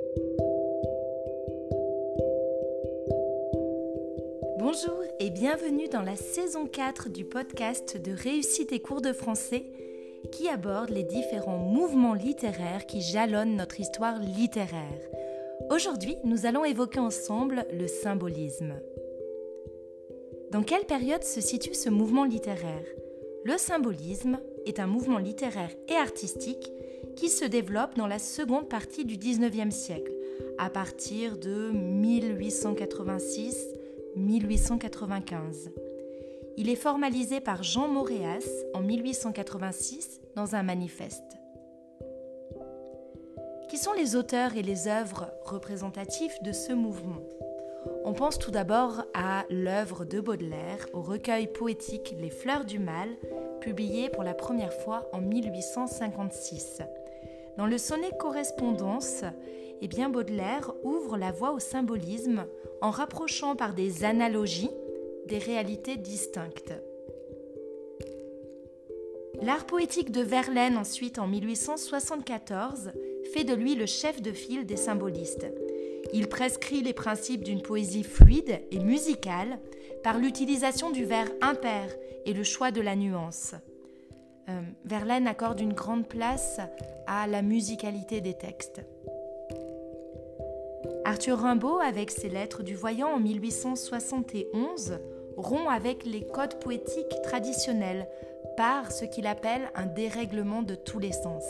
Bonjour et bienvenue dans la saison 4 du podcast de Réussite et cours de français qui aborde les différents mouvements littéraires qui jalonnent notre histoire littéraire. Aujourd'hui, nous allons évoquer ensemble le symbolisme. Dans quelle période se situe ce mouvement littéraire ? Le symbolisme est un mouvement littéraire et artistique qui se développe dans la seconde partie du XIXe siècle, à partir de 1886-1895. Il est formalisé par Jean Moréas en 1886 dans un manifeste. Qui sont les auteurs et les œuvres représentatifs de ce mouvement ? On pense tout d'abord à l'œuvre de Baudelaire, au recueil poétique Les Fleurs du Mal, publié pour la première fois en 1856. Dans le sonnet Correspondance, Baudelaire ouvre la voie au symbolisme en rapprochant par des analogies des réalités distinctes. L'art poétique de Verlaine, ensuite en 1874, fait de lui le chef de file des symbolistes. Il prescrit les principes d'une poésie fluide et musicale par l'utilisation du vers impair et le choix de la nuance. Verlaine accorde une grande place à la musicalité des textes. Arthur Rimbaud, avec ses Lettres du Voyant en 1871, rompt avec les codes poétiques traditionnels par ce qu'il appelle un dérèglement de tous les sens.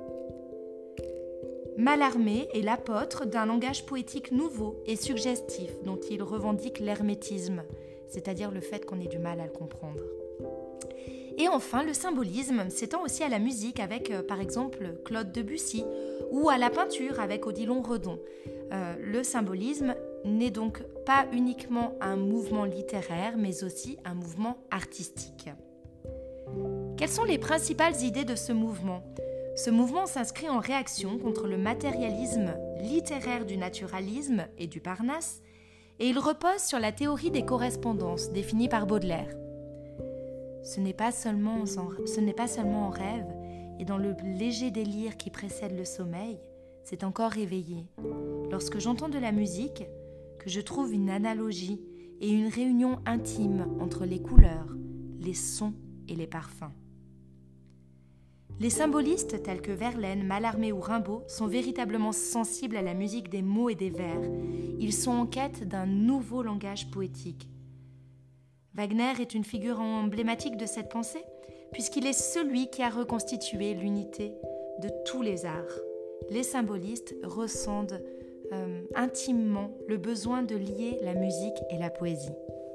Mallarmé est l'apôtre d'un langage poétique nouveau et suggestif dont il revendique l'hermétisme, c'est-à-dire le fait qu'on ait du mal à le comprendre. Et enfin, le symbolisme s'étend aussi à la musique avec, par exemple, Claude Debussy ou à la peinture avec Odilon Redon. Le symbolisme n'est donc pas uniquement un mouvement littéraire, mais aussi un mouvement artistique. Quelles sont les principales idées de ce mouvement ? Ce mouvement s'inscrit en réaction contre le matérialisme littéraire du naturalisme et du Parnasse, et il repose sur la théorie des correspondances définie par Baudelaire. Ce n'est pas seulement en rêve et dans le léger délire qui précède le sommeil, c'est encore éveillé. Lorsque j'entends de la musique, que je trouve une analogie et une réunion intime entre les couleurs, les sons et les parfums. Les symbolistes tels que Verlaine, Mallarmé ou Rimbaud sont véritablement sensibles à la musique des mots et des vers. Ils sont en quête d'un nouveau langage poétique. Wagner est une figure emblématique de cette pensée, puisqu'il est celui qui a reconstitué l'unité de tous les arts. Les symbolistes ressentent intimement le besoin de lier la musique et la poésie.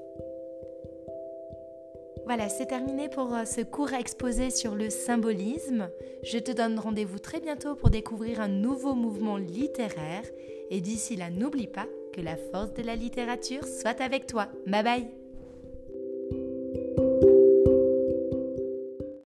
Voilà, c'est terminé pour ce court exposé sur le symbolisme. Je te donne rendez-vous très bientôt pour découvrir un nouveau mouvement littéraire. Et d'ici là, n'oublie pas que la force de la littérature soit avec toi. Bye bye!